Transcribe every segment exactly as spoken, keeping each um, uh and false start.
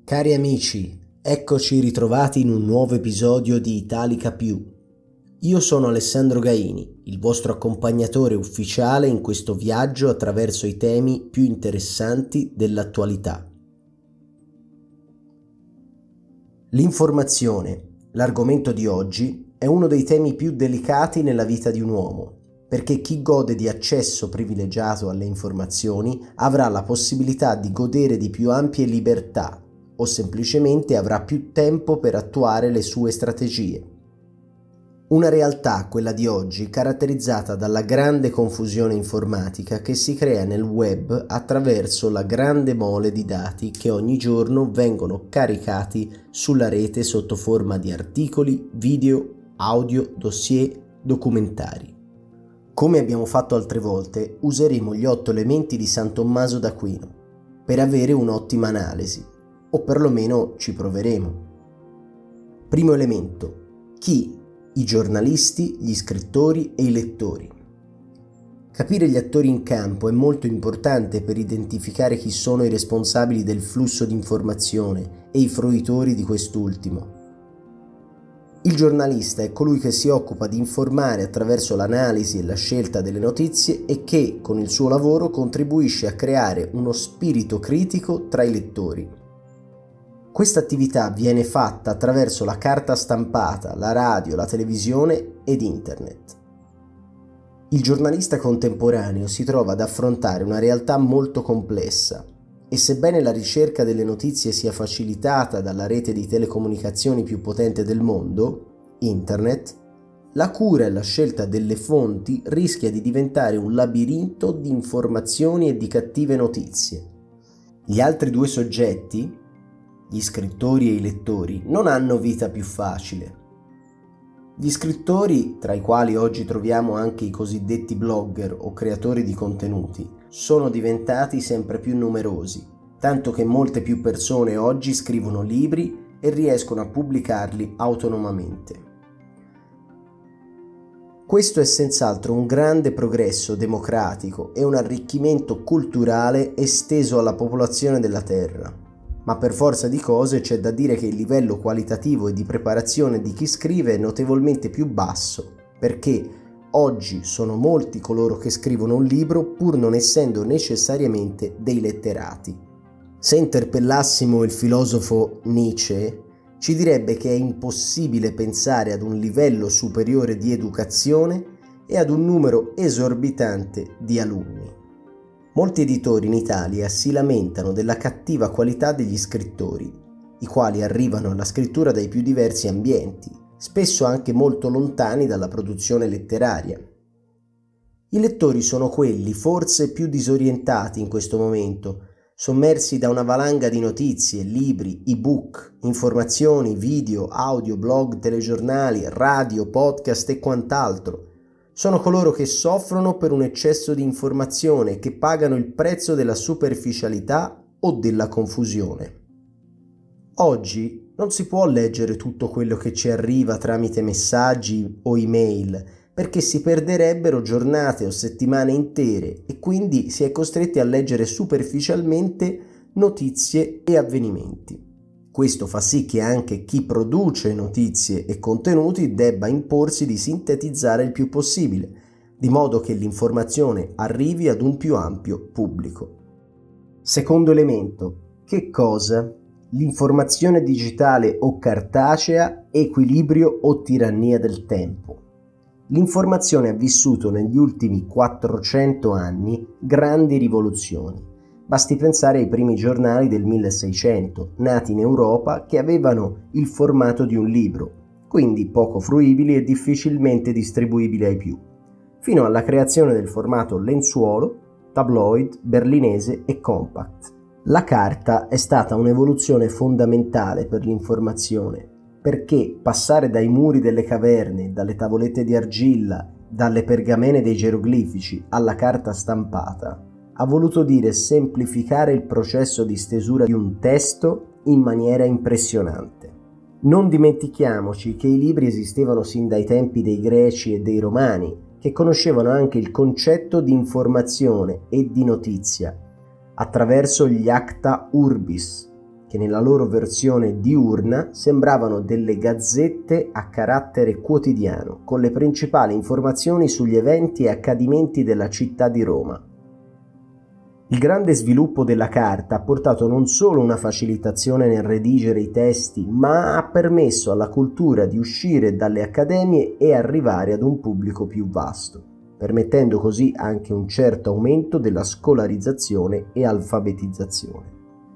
Cari amici, eccoci ritrovati in un nuovo episodio di Italica Più. Io sono Alessandro Gaini, il vostro accompagnatore ufficiale in questo viaggio attraverso i temi più interessanti dell'attualità. L'informazione, l'argomento di oggi, è uno dei temi più delicati nella vita di un uomo, perché chi gode di accesso privilegiato alle informazioni avrà la possibilità di godere di più ampie libertà o semplicemente avrà più tempo per attuare le sue strategie. Una realtà, quella di oggi, caratterizzata dalla grande confusione informatica che si crea nel web attraverso la grande mole di dati che ogni giorno vengono caricati sulla rete sotto forma di articoli, video, audio, dossier, documentari. Come abbiamo fatto altre volte, useremo gli otto elementi di San Tommaso d'Aquino per avere un'ottima analisi, o perlomeno ci proveremo. Primo elemento: chi? I giornalisti, gli scrittori e i lettori. Capire gli attori in campo è molto importante per identificare chi sono i responsabili del flusso di informazione e i fruitori di quest'ultimo. Il giornalista è colui che si occupa di informare attraverso l'analisi e la scelta delle notizie e che, con il suo lavoro, contribuisce a creare uno spirito critico tra i lettori. Questa attività viene fatta attraverso la carta stampata, la radio, la televisione ed internet. Il giornalista contemporaneo si trova ad affrontare una realtà molto complessa e sebbene la ricerca delle notizie sia facilitata dalla rete di telecomunicazioni più potente del mondo, internet, la cura e la scelta delle fonti rischia di diventare un labirinto di informazioni e di cattive notizie. Gli altri due soggetti, gli scrittori e i lettori, non hanno vita più facile. Gli scrittori, tra i quali oggi troviamo anche i cosiddetti blogger o creatori di contenuti, sono diventati sempre più numerosi, tanto che molte più persone oggi scrivono libri e riescono a pubblicarli autonomamente. Questo è senz'altro un grande progresso democratico e un arricchimento culturale esteso alla popolazione della Terra. Ma per forza di cose c'è da dire che il livello qualitativo e di preparazione di chi scrive è notevolmente più basso, perché oggi sono molti coloro che scrivono un libro pur non essendo necessariamente dei letterati. Se interpellassimo il filosofo Nietzsche, ci direbbe che è impossibile pensare ad un livello superiore di educazione e ad un numero esorbitante di alunni. Molti editori in Italia si lamentano della cattiva qualità degli scrittori, i quali arrivano alla scrittura dai più diversi ambienti, spesso anche molto lontani dalla produzione letteraria. I lettori sono quelli forse più disorientati in questo momento, sommersi da una valanga di notizie, libri, ebook, informazioni, video, audio, blog, telegiornali, radio, podcast e quant'altro. Sono coloro che soffrono per un eccesso di informazione, che pagano il prezzo della superficialità o della confusione. Oggi non si può leggere tutto quello che ci arriva tramite messaggi o email, perché si perderebbero giornate o settimane intere e quindi si è costretti a leggere superficialmente notizie e avvenimenti. Questo fa sì che anche chi produce notizie e contenuti debba imporsi di sintetizzare il più possibile, di modo che l'informazione arrivi ad un più ampio pubblico. Secondo elemento: che cosa? L'informazione digitale o cartacea, equilibrio o tirannia del tempo. L'informazione ha vissuto negli ultimi quattrocento anni grandi rivoluzioni. Basti pensare ai primi giornali del milleseicento, nati in Europa, che avevano il formato di un libro, quindi poco fruibili e difficilmente distribuibili ai più, fino alla creazione del formato lenzuolo, tabloid, berlinese e compact. La carta è stata un'evoluzione fondamentale per l'informazione, perché passare dai muri delle caverne, dalle tavolette di argilla, dalle pergamene dei geroglifici alla carta stampata ha voluto dire semplificare il processo di stesura di un testo in maniera impressionante. Non dimentichiamoci che i libri esistevano sin dai tempi dei Greci e dei Romani, che conoscevano anche il concetto di informazione e di notizia, attraverso gli acta urbis, che nella loro versione diurna sembravano delle gazzette a carattere quotidiano, con le principali informazioni sugli eventi e accadimenti della città di Roma. Il grande sviluppo della carta ha portato non solo una facilitazione nel redigere i testi, ma ha permesso alla cultura di uscire dalle accademie e arrivare ad un pubblico più vasto, permettendo così anche un certo aumento della scolarizzazione e alfabetizzazione.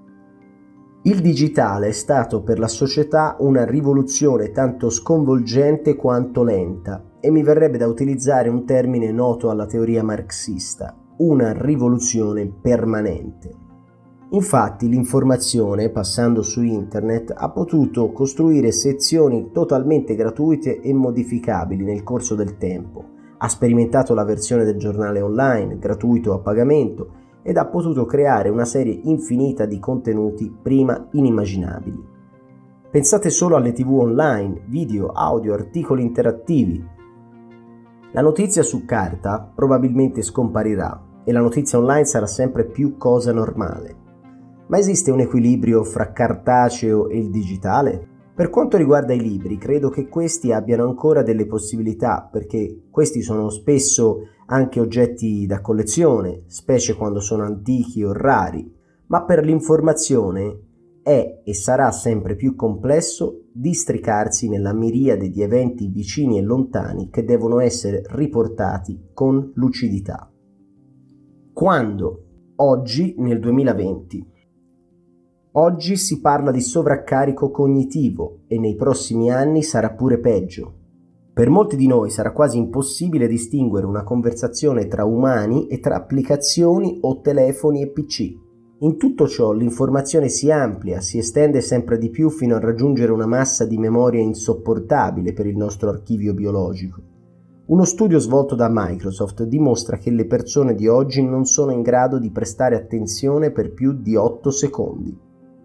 Il digitale è stato per la società una rivoluzione tanto sconvolgente quanto lenta, e mi verrebbe da utilizzare un termine noto alla teoria marxista: una rivoluzione permanente. Infatti l'informazione, passando su internet, ha potuto costruire sezioni totalmente gratuite e modificabili nel corso del tempo, ha sperimentato la versione del giornale online, gratuito o a pagamento, ed ha potuto creare una serie infinita di contenuti prima inimmaginabili. Pensate solo alle tivù online, video, audio, articoli interattivi. La notizia su carta probabilmente scomparirà e la notizia online sarà sempre più cosa normale. Ma esiste un equilibrio fra cartaceo e il digitale? Per quanto riguarda i libri, credo che questi abbiano ancora delle possibilità, perché questi sono spesso anche oggetti da collezione, specie quando sono antichi o rari, ma per l'informazione è e sarà sempre più complesso districarsi nella miriade di eventi vicini e lontani che devono essere riportati con lucidità. Quando? Oggi, nel duemilaventi. Oggi si parla di sovraccarico cognitivo e nei prossimi anni sarà pure peggio. Per molti di noi sarà quasi impossibile distinguere una conversazione tra umani e tra applicazioni o telefoni e P C. In tutto ciò l'informazione si amplia, si estende sempre di più fino a raggiungere una massa di memoria insopportabile per il nostro archivio biologico. Uno studio svolto da Microsoft dimostra che le persone di oggi non sono in grado di prestare attenzione per più di otto secondi.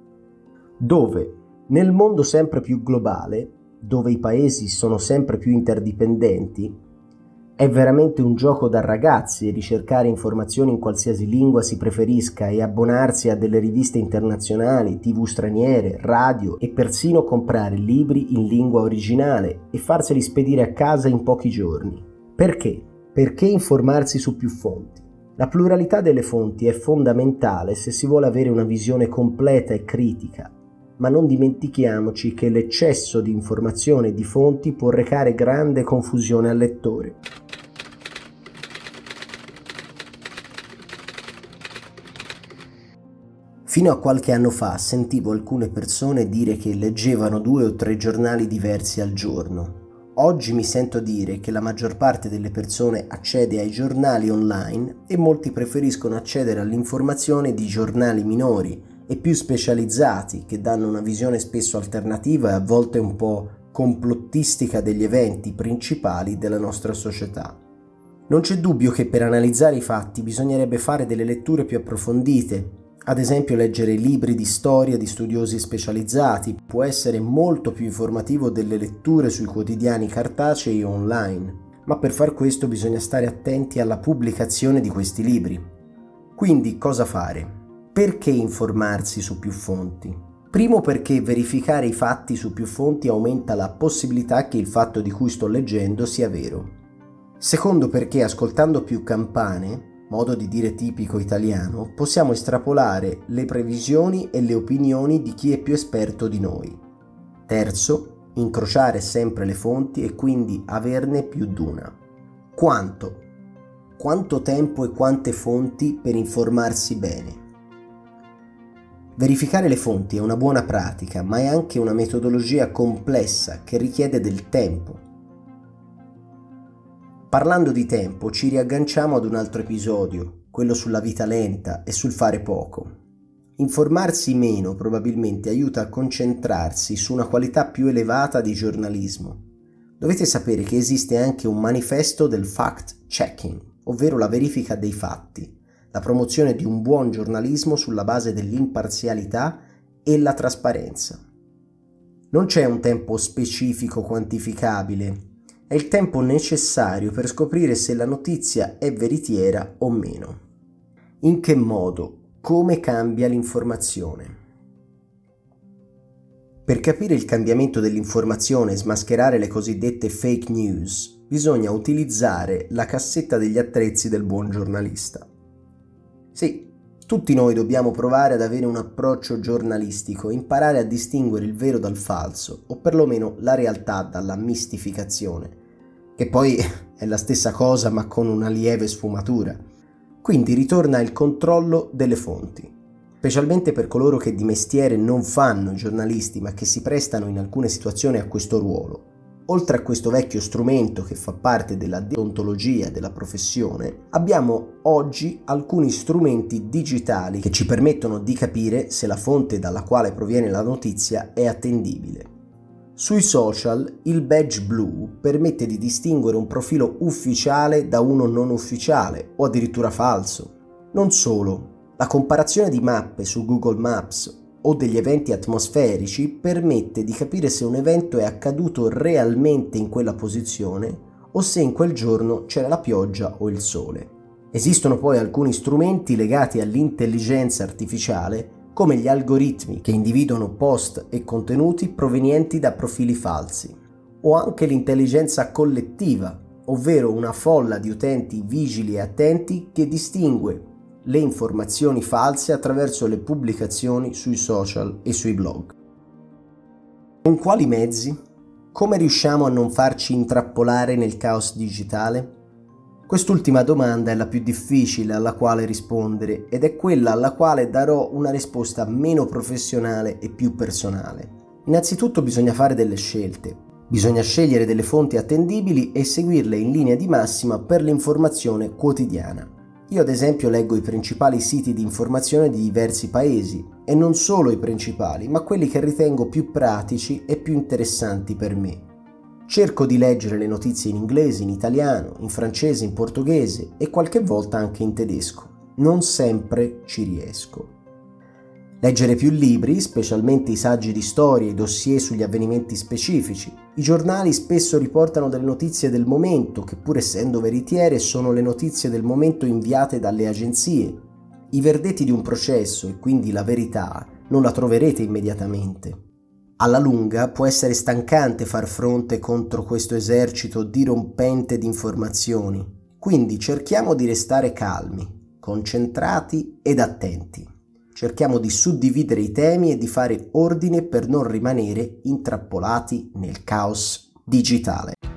Dove, nel mondo sempre più globale, dove i paesi sono sempre più interdipendenti, è veramente un gioco da ragazzi ricercare informazioni in qualsiasi lingua si preferisca e abbonarsi a delle riviste internazionali, tivù straniere, radio e persino comprare libri in lingua originale e farseli spedire a casa in pochi giorni. Perché? Perché informarsi su più fonti? La pluralità delle fonti è fondamentale se si vuole avere una visione completa e critica, ma non dimentichiamoci che l'eccesso di informazione e di fonti può recare grande confusione al lettore. Fino a qualche anno fa sentivo alcune persone dire che leggevano due o tre giornali diversi al giorno. Oggi mi sento dire che la maggior parte delle persone accede ai giornali online e molti preferiscono accedere all'informazione di giornali minori e più specializzati che danno una visione spesso alternativa e a volte un po' complottistica degli eventi principali della nostra società. Non c'è dubbio che per analizzare i fatti bisognerebbe fare delle letture più approfondite. Ad esempio leggere libri di storia di studiosi specializzati può essere molto più informativo delle letture sui quotidiani cartacei o online, ma per far questo bisogna stare attenti alla pubblicazione di questi libri. Quindi cosa fare? Perché informarsi su più fonti? Primo, perché verificare i fatti su più fonti aumenta la possibilità che il fatto di cui sto leggendo sia vero. Secondo, perché ascoltando più campane, modo di dire tipico italiano, possiamo estrapolare le previsioni e le opinioni di chi è più esperto di noi. Terzo, incrociare sempre le fonti e quindi averne più d'una. Quanto? Quanto tempo e quante fonti per informarsi bene? Verificare le fonti è una buona pratica, ma è anche una metodologia complessa che richiede del tempo. Parlando di tempo, ci riagganciamo ad un altro episodio, quello sulla vita lenta e sul fare poco. Informarsi meno probabilmente aiuta a concentrarsi su una qualità più elevata di giornalismo. Dovete sapere che esiste anche un manifesto del fact-checking, ovvero la verifica dei fatti, la promozione di un buon giornalismo sulla base dell'imparzialità e la trasparenza. Non c'è un tempo specifico quantificabile, è il tempo necessario per scoprire se la notizia è veritiera o meno. In che modo? Come cambia l'informazione? Per capire il cambiamento dell'informazione e smascherare le cosiddette fake news, bisogna utilizzare la cassetta degli attrezzi del buon giornalista. Sì, tutti noi dobbiamo provare ad avere un approccio giornalistico, imparare a distinguere il vero dal falso, o perlomeno la realtà dalla mistificazione, che poi è la stessa cosa ma con una lieve sfumatura. Quindi ritorna il controllo delle fonti. Specialmente per coloro che di mestiere non fanno i giornalisti ma che si prestano in alcune situazioni a questo ruolo. Oltre a questo vecchio strumento che fa parte della deontologia della professione, abbiamo oggi alcuni strumenti digitali che ci permettono di capire se la fonte dalla quale proviene la notizia è attendibile. Sui social il badge blu permette di distinguere un profilo ufficiale da uno non ufficiale o addirittura falso. Non solo. La comparazione di mappe su Google Maps o degli eventi atmosferici permette di capire se un evento è accaduto realmente in quella posizione o se in quel giorno c'era la pioggia o il sole. Esistono poi alcuni strumenti legati all'intelligenza artificiale, come gli algoritmi che individuano post e contenuti provenienti da profili falsi, o anche l'intelligenza collettiva, ovvero una folla di utenti vigili e attenti che distingue le informazioni false attraverso le pubblicazioni sui social e sui blog. Con quali mezzi? Come riusciamo a non farci intrappolare nel caos digitale? Quest'ultima domanda è la più difficile alla quale rispondere ed è quella alla quale darò una risposta meno professionale e più personale. Innanzitutto bisogna fare delle scelte. Bisogna scegliere delle fonti attendibili e seguirle in linea di massima per l'informazione quotidiana. Io ad esempio leggo i principali siti di informazione di diversi paesi, e non solo i principali, ma quelli che ritengo più pratici e più interessanti per me. Cerco di leggere le notizie in inglese, in italiano, in francese, in portoghese e qualche volta anche in tedesco. Non sempre ci riesco. Leggere più libri, specialmente i saggi di storia e i dossier sugli avvenimenti specifici. I giornali spesso riportano delle notizie del momento, che pur essendo veritiere sono le notizie del momento inviate dalle agenzie. I verdetti di un processo, e quindi la verità, non la troverete immediatamente. Alla lunga può essere stancante far fronte contro questo esercito dirompente di informazioni. Quindi cerchiamo di restare calmi, concentrati ed attenti. Cerchiamo di suddividere i temi e di fare ordine per non rimanere intrappolati nel caos digitale.